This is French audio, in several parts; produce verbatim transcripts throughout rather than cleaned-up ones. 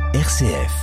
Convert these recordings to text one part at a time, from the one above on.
R C F.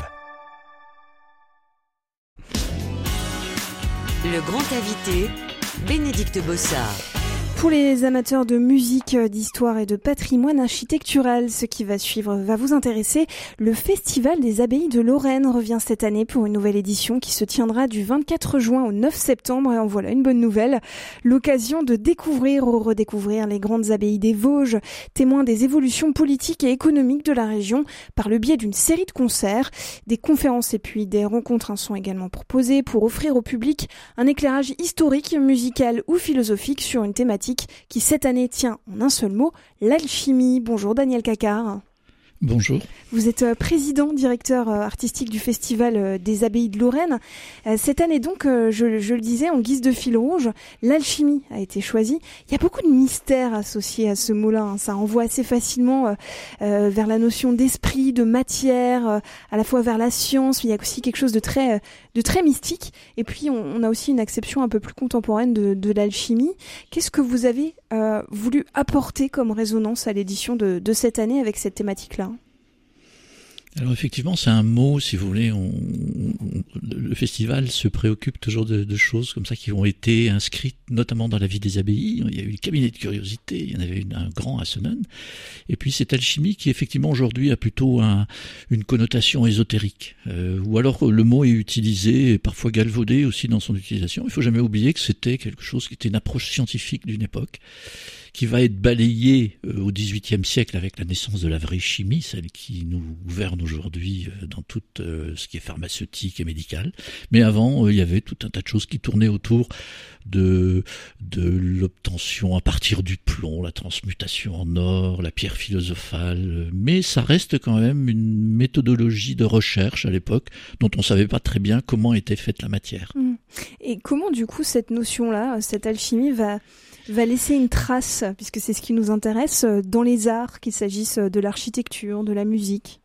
Le grand invité, Bénédicte Bossard. Pour les amateurs de musique, d'histoire et de patrimoine architectural, ce qui va suivre va vous intéresser. Le Festival des Abbayes de Lorraine revient cette année pour une nouvelle édition qui se tiendra du vingt-quatre juin au neuf septembre. Et en voilà une bonne nouvelle. L'occasion de découvrir ou redécouvrir les grandes abbayes des Vosges, témoins des évolutions politiques et économiques de la région par le biais d'une série de concerts. Des conférences et puis des rencontres sont également proposées pour offrir au public un éclairage historique, musical ou philosophique sur une thématique qui cette année tient en un seul mot, l'alchimie. Bonjour Daniel Cacard. Bonjour. Vous êtes président, directeur artistique du Festival des Abbayes de Lorraine. Cette année donc, je, je le disais, en guise de fil rouge, l'alchimie a été choisie. Il y a beaucoup de mystères associés à ce mot-là. Hein. Ça renvoie assez facilement euh, vers la notion d'esprit, de matière, euh, à la fois vers la science. Mais il y a aussi quelque chose de très, de très mystique. Et puis, on, on a aussi une acception un peu plus contemporaine de, de l'alchimie. Qu'est-ce que vous avez euh, voulu apporter comme résonance à l'édition de, de cette année avec cette thématique-là ? Alors effectivement, c'est un mot, si vous voulez, on, on, le festival se préoccupe toujours de, de choses comme ça qui ont été inscrites notamment dans la vie des abbayes. Il y a eu le cabinet de curiosité, il y en avait une, un grand à Senones. Et puis cette alchimie qui effectivement aujourd'hui a plutôt un, une connotation ésotérique. Euh, ou alors le mot est utilisé et parfois galvaudé aussi dans son utilisation. Il ne faut jamais oublier que c'était quelque chose qui était une approche scientifique d'une époque, qui va être balayée euh, au dix-huitième siècle avec la naissance de la vraie chimie, celle qui nous gouverne aujourd'hui euh, dans tout euh, ce qui est pharmaceutique et médical. Mais avant, euh, il y avait tout un tas de choses qui tournaient autour de, de l'obtention à partir du plomb, la transmutation en or, la pierre philosophale. Mais ça reste quand même une méthodologie de recherche à l'époque dont on ne savait pas très bien comment était faite la matière. Et comment du coup cette notion-là, cette alchimie va... va laisser une trace, puisque c'est ce qui nous intéresse, dans les arts, qu'il s'agisse de l'architecture, de la musique.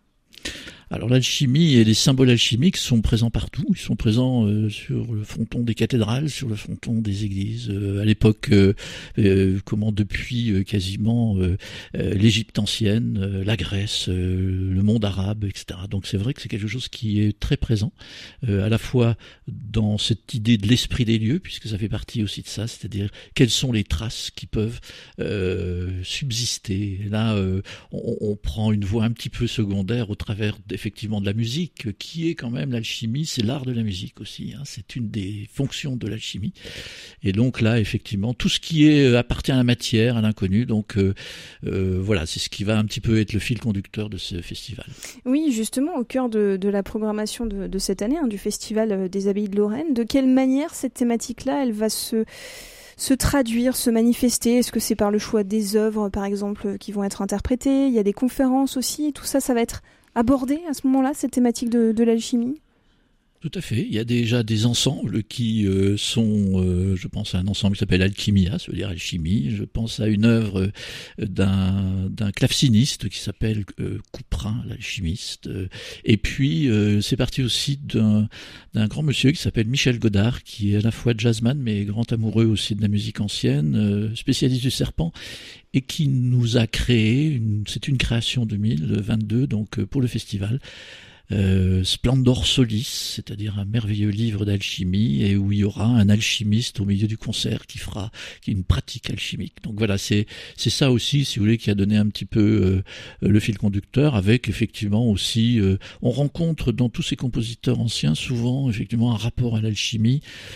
Alors l'alchimie et les symboles alchimiques sont présents partout. Ils sont présents euh, sur le fronton des cathédrales, sur le fronton des églises. Euh, à l'époque, euh, euh, comment depuis euh, quasiment euh, euh, l'Égypte ancienne, euh, la Grèce, euh, le monde arabe, et cetera. Donc c'est vrai que c'est quelque chose qui est très présent, euh, à la fois dans cette idée de l'esprit des lieux, puisque ça fait partie aussi de ça, c'est-à-dire quelles sont les traces qui peuvent euh, subsister. Et là, euh, on, on prend une voie un petit peu secondaire au travers des effectivement de la musique, qui est quand même l'alchimie, c'est l'art de la musique aussi, hein, c'est une des fonctions de l'alchimie. Et donc là, effectivement, tout ce qui est appartient à la matière, à l'inconnu, donc euh, euh, voilà, c'est ce qui va un petit peu être le fil conducteur de ce festival. Oui, justement, au cœur de, de la programmation de, de cette année, hein, du Festival des Abbayes de Lorraine, de quelle manière cette thématique-là, elle va se... se traduire, se manifester? Est-ce que c'est par le choix des œuvres, par exemple, qui vont être interprétées? Il y a des conférences aussi, tout ça, ça va être abordé à ce moment-là, cette thématique de, de l'alchimie? Tout à fait. Il y a déjà des ensembles qui euh, sont, euh, je pense à un ensemble qui s'appelle Alchimia, ça veut dire alchimie. Je pense à une œuvre euh, d'un, d'un claveciniste qui s'appelle euh, Couperin, l'alchimiste. Et puis, euh, c'est parti aussi d'un, d'un grand monsieur qui s'appelle Michel Godard, qui est à la fois jazzman, mais grand amoureux aussi de la musique ancienne, euh, spécialiste du serpent, et qui nous a créé, une, c'est une création deux mille vingt-deux, donc euh, pour le festival, Euh, Splendor Solis, c'est-à-dire un merveilleux livre d'alchimie, et où il y aura un alchimiste au milieu du concert qui fera qui une pratique alchimique. Donc voilà, c'est c'est ça aussi, si vous voulez, qui a donné un petit peu euh, le fil conducteur, avec effectivement aussi, euh, on rencontre dans tous ces compositeurs anciens souvent effectivement un rapport à l'alchimie,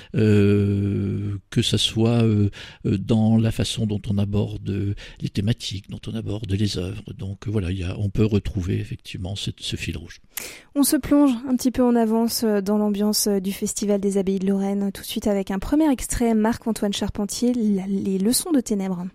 euh, que ça soit euh, dans la façon dont on aborde les thématiques, dont on aborde les œuvres. Donc voilà, il y a, on peut retrouver effectivement ce, ce fil rouge. On se plonge un petit peu en avance dans l'ambiance du Festival des Abbayes de Lorraine, tout de suite avec un premier extrait, Marc-Antoine Charpentier, Les Leçons de Ténèbres.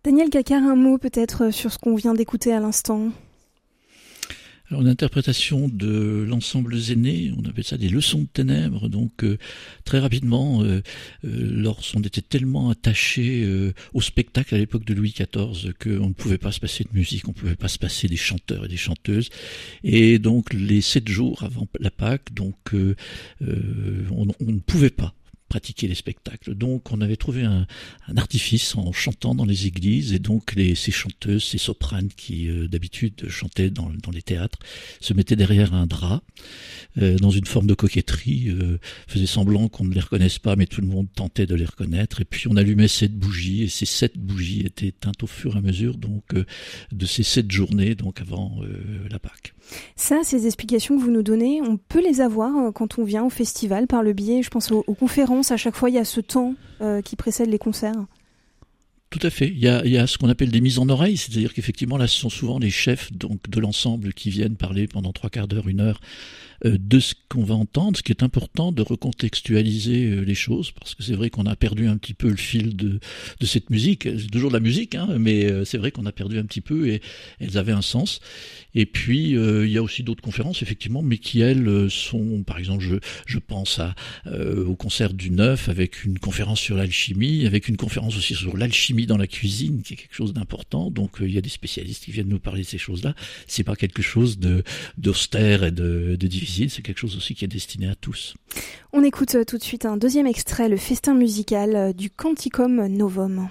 Daniel Cacard, un mot peut-être sur ce qu'on vient d'écouter à l'instant. Alors, une interprétation de l'ensemble Zéné, on appelle ça des leçons de ténèbres, donc euh, très rapidement, euh, euh, lorsqu'on était tellement attaché euh, au spectacle à l'époque de Louis quatorze qu'on ne pouvait pas se passer de musique, on ne pouvait pas se passer des chanteurs et des chanteuses, et donc les sept jours avant la Pâque, donc euh, euh, on, on ne pouvait pas pratiquer les spectacles. Donc on avait trouvé un, un artifice en chantant dans les églises, et donc les, ces chanteuses, ces sopranes qui euh, d'habitude chantaient dans, dans les théâtres, se mettaient derrière un drap, euh, dans une forme de coquetterie, euh, faisaient semblant qu'on ne les reconnaisse pas, mais tout le monde tentait de les reconnaître, et puis on allumait sept bougies, et ces sept bougies étaient éteintes au fur et à mesure donc euh, de ces sept journées, donc avant euh, la Pâque. Ça, ces explications que vous nous donnez, on peut les avoir quand on vient au festival par le biais, je pense aux, aux conférences, à chaque fois il y a ce temps euh, qui précède les concerts. Tout à fait. Il y a, il y a ce qu'on appelle des mises en oreille, c'est-à-dire qu'effectivement là ce sont souvent les chefs donc de l'ensemble qui viennent parler pendant trois quarts d'heure, une heure euh, de ce qu'on va entendre. Ce qui est important de recontextualiser euh, les choses, parce que c'est vrai qu'on a perdu un petit peu le fil de, de cette musique. C'est toujours de la musique, hein, mais euh, c'est vrai qu'on a perdu un petit peu, et elles avaient un sens. Et puis euh, il y a aussi d'autres conférences effectivement, mais qui elles sont, par exemple, je, je pense à euh, au concert du neuf avec une conférence sur l'alchimie, avec une conférence aussi sur l'alchimie dans la cuisine, qui est quelque chose d'important. Donc euh, il y a des spécialistes qui viennent nous parler de ces choses-là. C'est pas quelque chose de d'austère et de, de difficile, c'est quelque chose aussi qui est destiné à tous. On écoute tout de suite un deuxième extrait, le festin musical du Canticum Novum.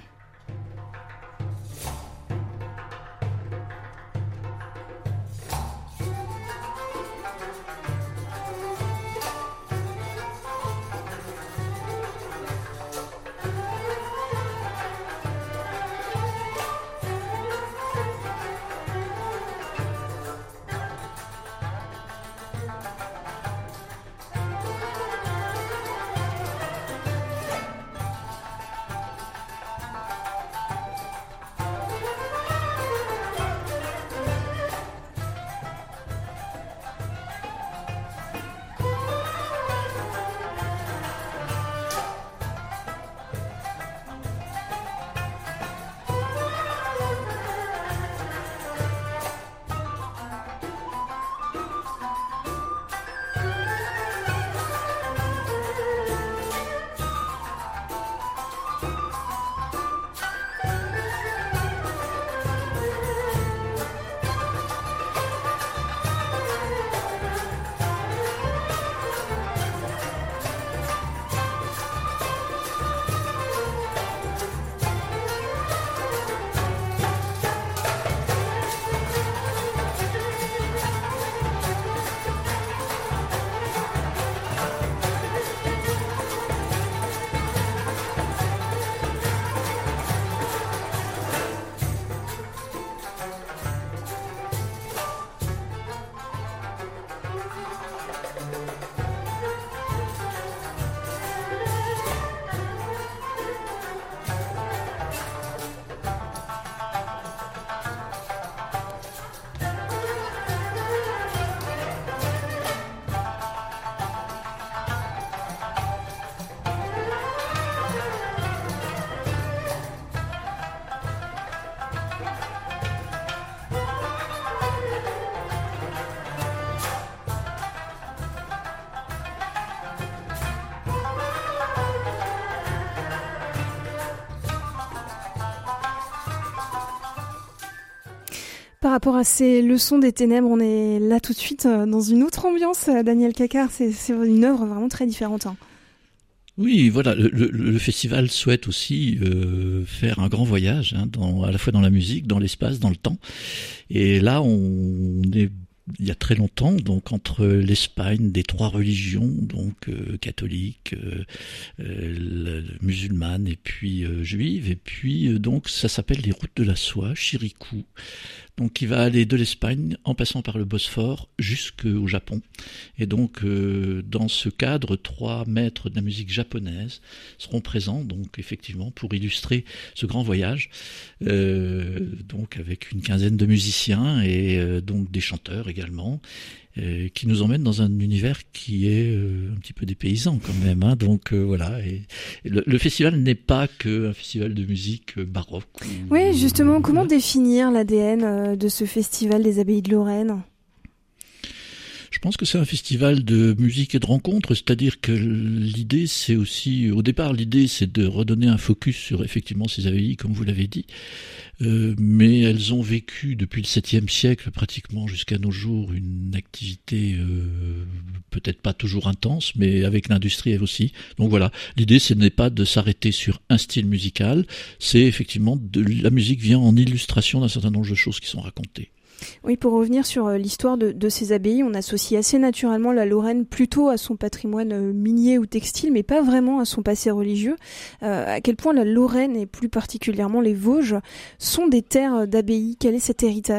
Par rapport à ces leçons des ténèbres, on est là tout de suite dans une autre ambiance. Daniel Cacard, c'est, c'est une œuvre vraiment très différente. Hein. Oui, voilà, le, le, le festival souhaite aussi euh, faire un grand voyage, hein, dans, à la fois dans la musique, dans l'espace, dans le temps. Et là, on est il y a très longtemps, donc entre l'Espagne des trois religions, donc euh, catholique, euh, euh, musulmane et puis euh, juive, et puis euh, donc ça s'appelle les routes de la soie, Chiriku, donc qui va aller de l'Espagne en passant par le Bosphore jusqu'au Japon. Et donc euh, dans ce cadre, trois maîtres de la musique japonaise seront présents, donc effectivement pour illustrer ce grand voyage, euh, donc avec une quinzaine de musiciens et euh, donc des chanteurs également, euh, qui nous emmène dans un univers qui est euh, un petit peu dépaysant quand même. Hein, donc euh, voilà, et, et le, le festival n'est pas qu'un festival de musique baroque. Oui, justement, comment définir l'A D N de ce festival des Abbayes de Lorraine ? Je pense que c'est un festival de musique et de rencontres, c'est-à-dire que l'idée, c'est aussi, au départ, l'idée, c'est de redonner un focus sur effectivement ces abbayes, comme vous l'avez dit, euh, mais elles ont vécu depuis le septième siècle, pratiquement jusqu'à nos jours, une activité euh, peut-être pas toujours intense, mais avec l'industrie elle aussi. Donc voilà, l'idée, ce n'est pas de s'arrêter sur un style musical, c'est effectivement de la musique vient en illustration d'un certain nombre de choses qui sont racontées. Oui, pour revenir sur l'histoire de, de ces abbayes, on associe assez naturellement la Lorraine plutôt à son patrimoine minier ou textile, mais pas vraiment à son passé religieux. Euh, à quel point la Lorraine, et plus particulièrement les Vosges, sont des terres d'abbayes ? Quel est cet héritage ?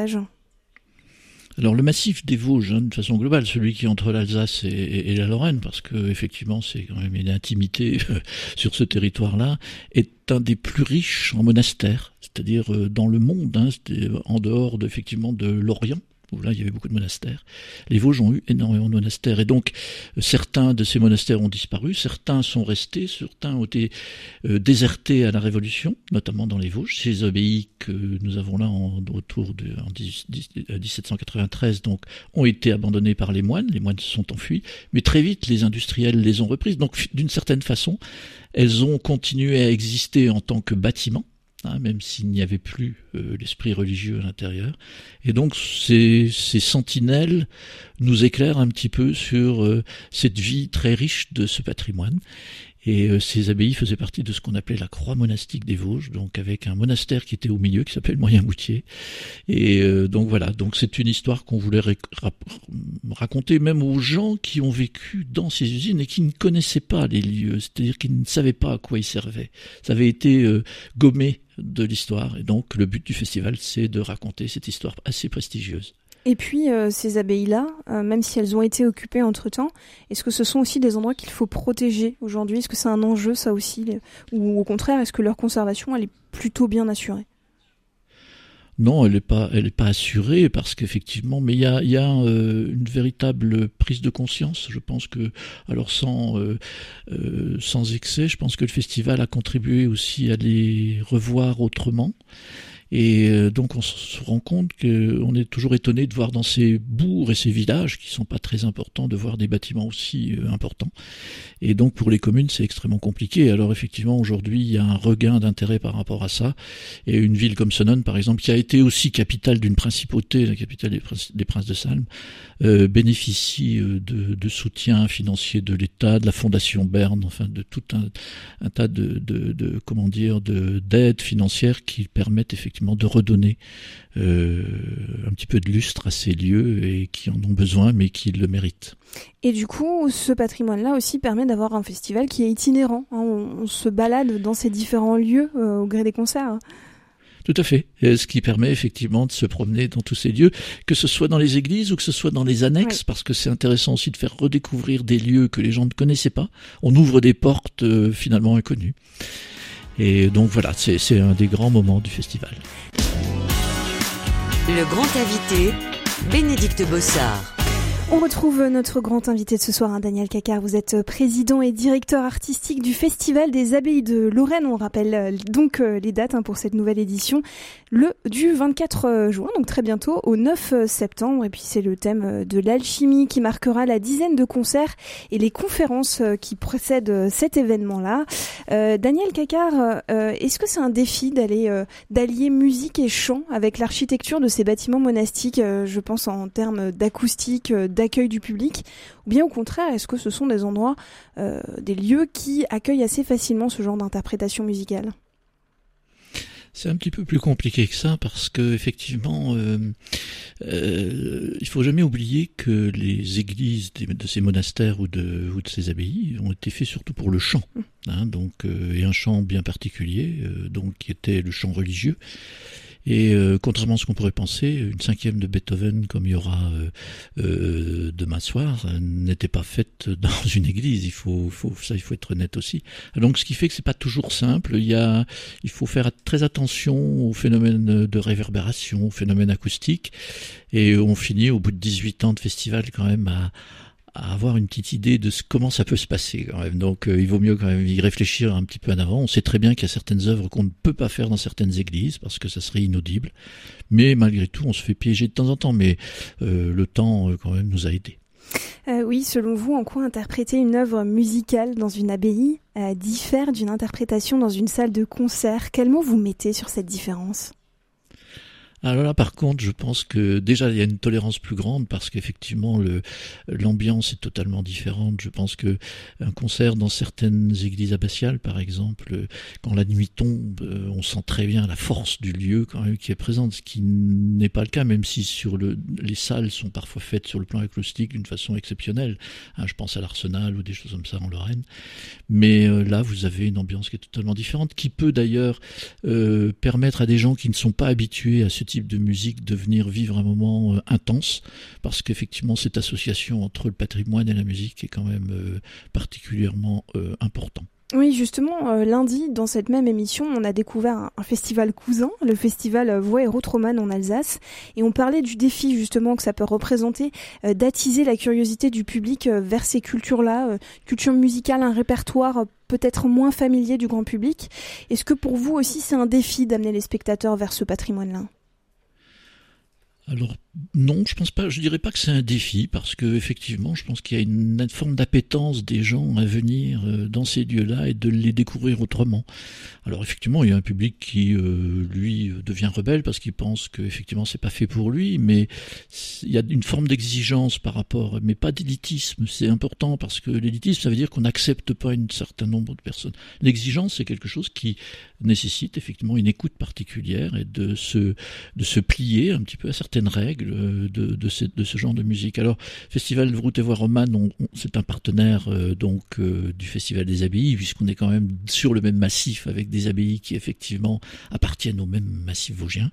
Alors le massif des Vosges, hein, de façon globale, celui qui est entre l'Alsace et, et, et la Lorraine, parce que effectivement c'est quand même une intimité sur ce territoire-là, est un des plus riches en monastères, c'est-à-dire euh, dans le monde, hein, c'était en dehors de, effectivement de l'Orient, où là il y avait beaucoup de monastères. Les Vosges ont eu énormément de monastères, et donc euh, certains de ces monastères ont disparu, certains sont restés, certains ont été euh, désertés à la Révolution, notamment dans les Vosges. Ces abbayes que nous avons là en, autour de en dix-sept cent quatre-vingt-treize, donc ont été abandonnées par les moines, les moines se sont enfuis, mais très vite les industriels les ont reprises, donc d'une certaine façon elles ont continué à exister en tant que bâtiments, hein, même s'il n'y avait plus euh, l'esprit religieux à l'intérieur. Et donc ces, ces sentinelles nous éclairent un petit peu sur euh, cette vie très riche de ce patrimoine. Et euh, ces abbayes faisaient partie de ce qu'on appelait la croix monastique des Vosges, donc avec un monastère qui était au milieu, qui s'appelait le Moyen-Moutier. Et euh, donc voilà, donc c'est une histoire qu'on voulait ré- rap- raconter même aux gens qui ont vécu dans ces usines et qui ne connaissaient pas les lieux, c'est-à-dire qu'ils ne savaient pas à quoi ils servaient. Ça avait été euh, gommé de l'histoire, et donc le but du festival, c'est de raconter cette histoire assez prestigieuse. Et puis, euh, ces abbayes-là, euh, même si elles ont été occupées entre-temps, est-ce que ce sont aussi des endroits qu'il faut protéger aujourd'hui ? Est-ce que c'est un enjeu, ça aussi ? Ou au contraire, est-ce que leur conservation, elle est plutôt bien assurée ? Non, elle n'est pas, elle est pas assurée parce qu'effectivement, mais il y a, il y a euh, une véritable prise de conscience. Je pense que, alors sans, euh, euh, sans excès, je pense que le festival a contribué aussi à les revoir autrement. Et euh, donc on se rend compte qu'on est toujours étonné de voir dans ces bourgs et ces villages, qui sont pas très importants, de voir des bâtiments aussi euh, importants. Et donc pour les communes, c'est extrêmement compliqué. Alors effectivement, aujourd'hui, il y a un regain d'intérêt par rapport à ça. Et une ville comme Sonnone, par exemple, qui a été aussi capitale d'une principauté, la capitale des, princes, des princes de Salm, euh, bénéficie euh, de, de soutien financier de l'État, de la Fondation Berne, enfin de tout un, un tas de, de, de comment dire, de d'aides financières qui permettent effectivement de redonner euh, un petit peu de lustre à ces lieux et qui en ont besoin mais qui le méritent. Et du coup, ce patrimoine-là aussi permet d'avoir un festival qui est itinérant. Hein, on, on se balade dans ces différents lieux euh, au gré des concerts. Tout à fait. Et ce qui permet effectivement de se promener dans tous ces lieux, que ce soit dans les églises ou que ce soit dans les annexes, oui. Parce que c'est intéressant aussi de faire redécouvrir des lieux que les gens ne connaissaient pas. On ouvre des portes euh, finalement inconnues. Et donc voilà, c'est, c'est un des grands moments du festival. Le grand invité, Bénédicte Bossard. On retrouve notre grand invité de ce soir, hein, Daniel Cacard. Vous êtes président et directeur artistique du Festival des Abbayes de Lorraine. On rappelle donc les dates hein, pour cette nouvelle édition. Le du vingt-quatre juin, donc très bientôt, au neuf septembre. Et puis c'est le thème de l'alchimie qui marquera la dizaine de concerts et les conférences qui précèdent cet événement-là. Euh, Daniel Cacard, euh, est-ce que c'est un défi d'aller euh, d'allier musique et chant avec l'architecture de ces bâtiments monastiques, euh, je pense en termes d'acoustique, d'accueil du public, ou bien au contraire, est-ce que ce sont des endroits, euh, des lieux qui accueillent assez facilement ce genre d'interprétation musicale ? C'est un petit peu plus compliqué que ça parce que effectivement, euh, euh, il faut jamais oublier que les églises de, de ces monastères ou de, ou de ces abbayes ont été faits surtout pour le chant, hein, donc euh, et un chant bien particulier, euh, donc qui était le chant religieux. Et euh, contrairement à ce qu'on pourrait penser, une cinquième de Beethoven, comme il y aura euh, euh, demain soir, euh, n'était pas faite dans une église. Il faut, faut, ça, il faut être honnête aussi. Donc, ce qui fait que c'est pas toujours simple. Il y a, il faut faire très attention au phénomène de réverbération, au phénomène acoustique. Et on finit au bout de dix-huit ans de festival quand même à à avoir une petite idée de ce, comment ça peut se passer quand même. Donc euh, il vaut mieux quand même y réfléchir un petit peu en avant. On sait très bien qu'il y a certaines œuvres qu'on ne peut pas faire dans certaines églises parce que ça serait inaudible. Mais malgré tout, on se fait piéger de temps en temps. Mais euh, le temps euh, quand même nous a aidés. Euh, oui, selon vous, en quoi interpréter une œuvre musicale dans une abbaye euh, diffère d'une interprétation dans une salle de concert? Quel mot vous mettez sur cette différence? Alors là, par contre, je pense que déjà il y a une tolérance plus grande parce qu'effectivement le l'ambiance est totalement différente. Je pense que un concert dans certaines églises abbatiales, par exemple, quand la nuit tombe, on sent très bien la force du lieu quand même qui est présente, ce qui n'est pas le cas, même si sur le les salles sont parfois faites sur le plan acoustique d'une façon exceptionnelle. Hein, je pense à l'Arsenal ou des choses comme ça en Lorraine. Mais euh, là, vous avez une ambiance qui est totalement différente, qui peut d'ailleurs euh, permettre à des gens qui ne sont pas habitués à ce type de musique de venir vivre un moment euh, intense, parce qu'effectivement cette association entre le patrimoine et la musique est quand même euh, particulièrement euh, important. Oui, justement, euh, lundi, dans cette même émission, on a découvert un, un festival cousin, le festival euh, Voix et Route Romane en Alsace, et on parlait du défi justement que ça peut représenter euh, d'attiser la curiosité du public euh, vers ces cultures-là, euh, culture musicale, un répertoire euh, peut-être moins familier du grand public. Est-ce que pour vous aussi c'est un défi d'amener les spectateurs vers ce patrimoine-là ? Alors non, je pense pas. Je dirais pas que c'est un défi parce que effectivement, je pense qu'il y a une forme d'appétence des gens à venir dans ces lieux-là et de les découvrir autrement. Alors effectivement, il y a un public qui euh, lui devient rebelle parce qu'il pense que effectivement c'est pas fait pour lui, mais il y a une forme d'exigence par rapport, mais pas d'élitisme. C'est important parce que l'élitisme, ça veut dire qu'on n'accepte pas un certain nombre de personnes. L'exigence, c'est quelque chose qui nécessite effectivement une écoute particulière et de se de se plier un petit peu à certaines règles de, de, ce, de ce genre de musique. Alors, Festival de Route et Voix Romane, on, on, c'est un partenaire euh, donc euh, du Festival des Abbayes, puisqu'on est quand même sur le même massif avec des abbayes qui effectivement appartiennent au même massif vosgien.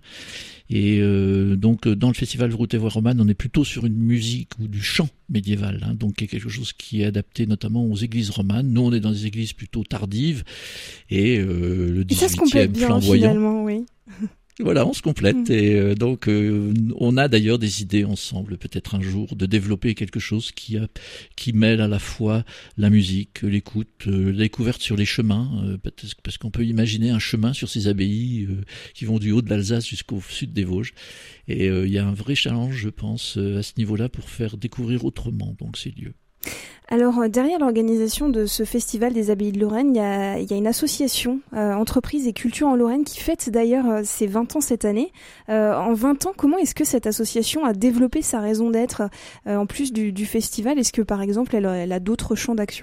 Et euh, donc, dans le Festival de Route et Voix Romane, on est plutôt sur une musique ou du chant médiéval, hein, donc quelque chose qui est adapté notamment aux églises romanes. Nous, on est dans des églises plutôt tardives et euh, le dix-huitième flamboyant. Finalement, oui. Voilà, on se complète et euh, donc euh, on a d'ailleurs des idées ensemble, peut-être un jour, de développer quelque chose qui a, qui mêle à la fois la musique, l'écoute, euh, la découverte sur les chemins, euh, parce qu'on peut imaginer un chemin sur ces abbayes euh, qui vont du haut de l'Alsace jusqu'au sud des Vosges. Et euh, il y a un vrai challenge, je pense, euh, à ce niveau-là pour faire découvrir autrement donc ces lieux. Alors, derrière l'organisation de ce festival des abbayes de Lorraine, il y a, il y a une association, euh, Entreprises et Culture en Lorraine, qui fête d'ailleurs euh, ses vingt ans cette année. Euh, en vingt ans, comment est-ce que cette association a développé sa raison d'être, euh, en plus du, du festival? Est-ce que, par exemple, elle, elle a d'autres champs d'action ?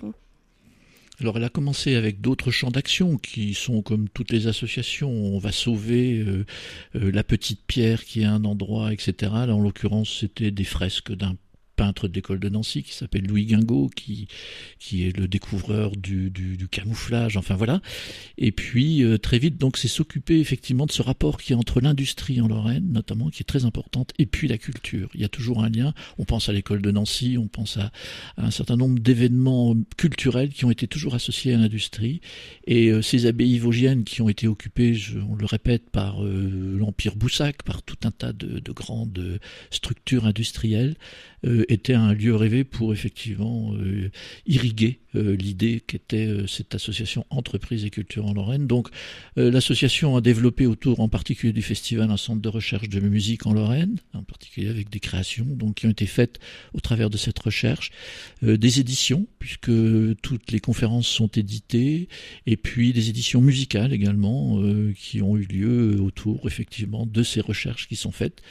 Alors elle a commencé avec d'autres champs d'action qui sont comme toutes les associations. On va sauver euh, euh, la petite pierre qui est un endroit, et cetera. Là, en l'occurrence, c'était des fresques d'un peintre d'école de Nancy qui s'appelle Louis Guingaud, qui qui est le découvreur du, du, du camouflage, enfin voilà. Et puis euh, très vite, donc c'est s'occuper effectivement de ce rapport qui est entre l'industrie en Lorraine, notamment, qui est très importante, et puis la culture. Il y a toujours un lien. On pense à l'école de Nancy, on pense à, à un certain nombre d'événements culturels qui ont été toujours associés à l'industrie. Et euh, ces abbayes vosgiennes qui ont été occupées, je, on le répète, par euh, l'Empire Boussac, par tout un tas de, de grandes structures industrielles, euh, était un lieu rêvé pour effectivement euh, irriguer euh, l'idée qu'était euh, cette association Entreprises et Culture en Lorraine. Donc euh, l'association a développé autour en particulier du festival un centre de recherche de musique en Lorraine, en particulier avec des créations donc, qui ont été faites au travers de cette recherche, euh, des éditions puisque toutes les conférences sont éditées, et puis des éditions musicales également euh, qui ont eu lieu autour effectivement de ces recherches qui sont faites.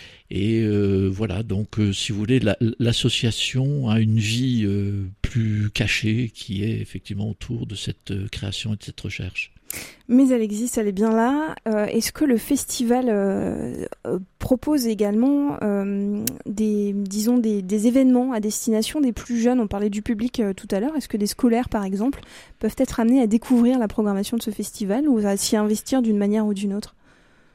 Et euh, voilà, donc euh, si vous voulez, la, l'association a une vie euh, plus cachée qui est effectivement autour de cette euh, création et de cette recherche. Mais elle existe, elle est bien là. Euh, est-ce que le festival euh, euh, propose également euh, des, disons des, des événements à destination des plus jeunes? On parlait du public euh, tout à l'heure. Est-ce que des scolaires, par exemple, peuvent être amenés à découvrir la programmation de ce festival ou à s'y investir d'une manière ou d'une autre?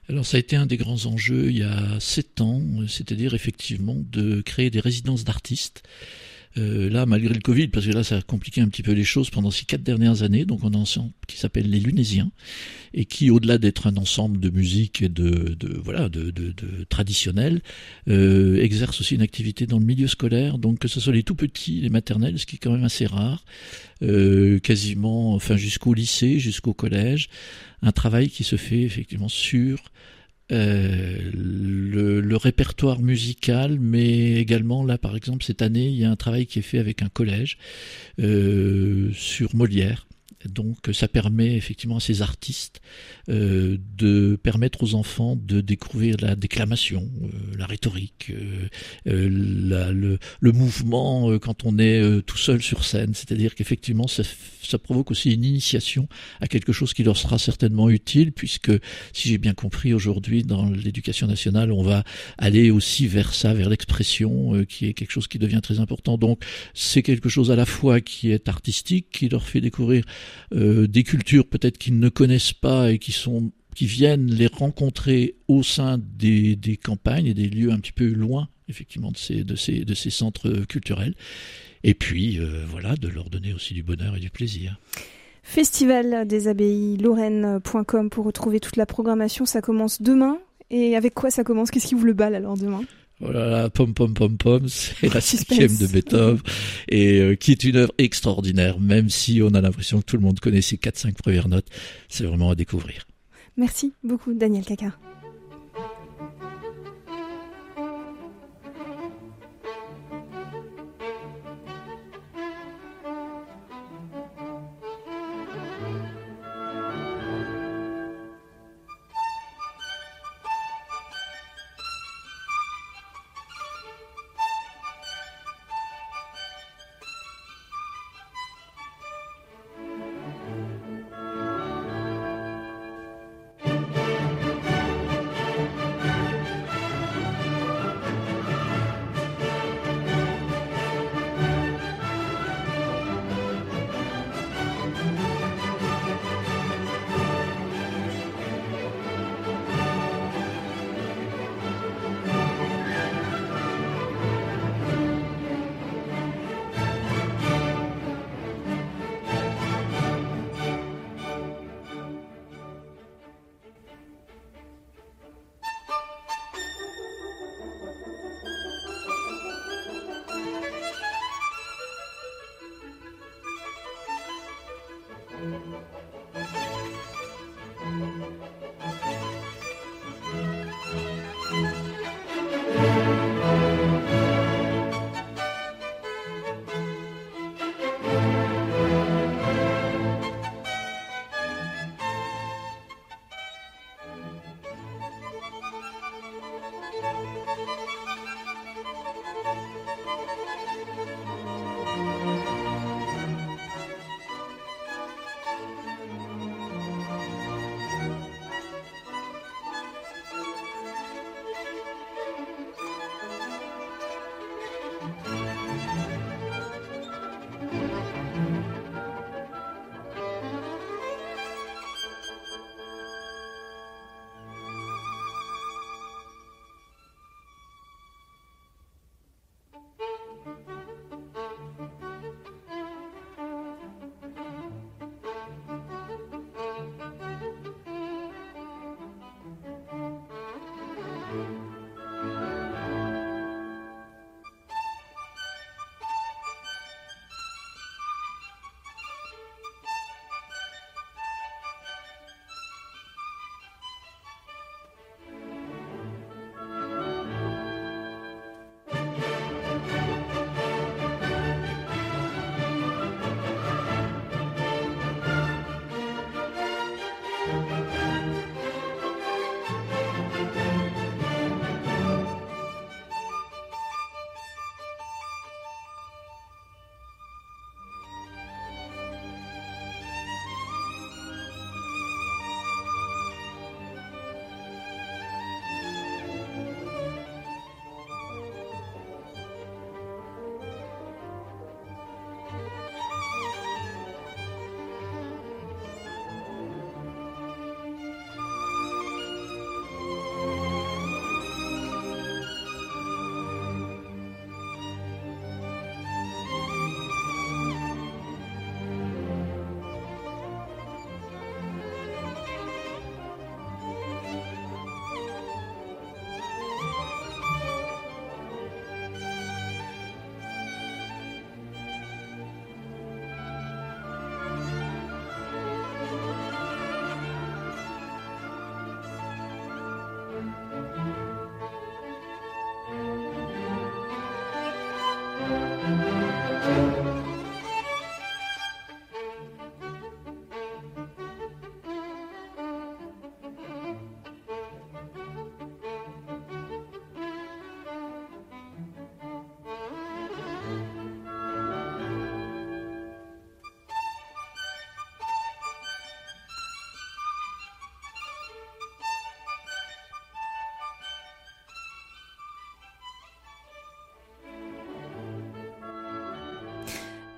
Alors ça a été un des grands enjeux il y a sept ans, c'est-à-dire effectivement de créer des résidences d'artistes. Euh, là, malgré le Covid, parce que là, ça a compliqué un petit peu les choses pendant ces quatre dernières années. Donc, on a un ensemble qui s'appelle les Lunésiens et qui, au-delà d'être un ensemble de musique et de, de voilà, de, de, de traditionnel, euh, exerce aussi une activité dans le milieu scolaire. Donc, que ce soit les tout petits, les maternelles, ce qui est quand même assez rare, euh, quasiment, enfin, jusqu'au lycée, jusqu'au collège, un travail qui se fait effectivement sur Euh, le, le répertoire musical, mais également là par exemple cette année il y a un travail qui est fait avec un collège euh, sur Molière. Donc ça permet effectivement à ces artistes euh, de permettre aux enfants de découvrir la déclamation, euh, la rhétorique, euh, euh, la, le, le mouvement euh, quand on est euh, tout seul sur scène. C'est-à-dire qu'effectivement ça, ça provoque aussi une initiation à quelque chose qui leur sera certainement utile, puisque si j'ai bien compris aujourd'hui dans l'éducation nationale on va aller aussi vers ça, vers l'expression euh, qui est quelque chose qui devient très important. Donc c'est quelque chose à la fois qui est artistique, qui leur fait découvrir Euh, des cultures peut-être qu'ils ne connaissent pas et qui sont qui viennent les rencontrer au sein des, des campagnes et des lieux un petit peu loin effectivement de ces de ces de ces centres culturels. Et puis euh, voilà, de leur donner aussi du bonheur et du plaisir. Festival des abbayes lorraine point com pour retrouver toute la programmation. Ça commence demain. Et avec quoi ça commence? Qu'est-ce qui ouvre le bal alors demain? Oh là là, pom pom pom pom, c'est la cinquième de Beethoven et euh, qui est une œuvre extraordinaire, même si on a l'impression que tout le monde connaît ses quatre cinq premières notes. C'est vraiment à découvrir. Merci beaucoup, Daniel Caca.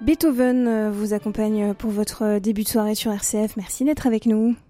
Beethoven vous accompagne pour votre début de soirée sur R C F. Merci d'être avec nous.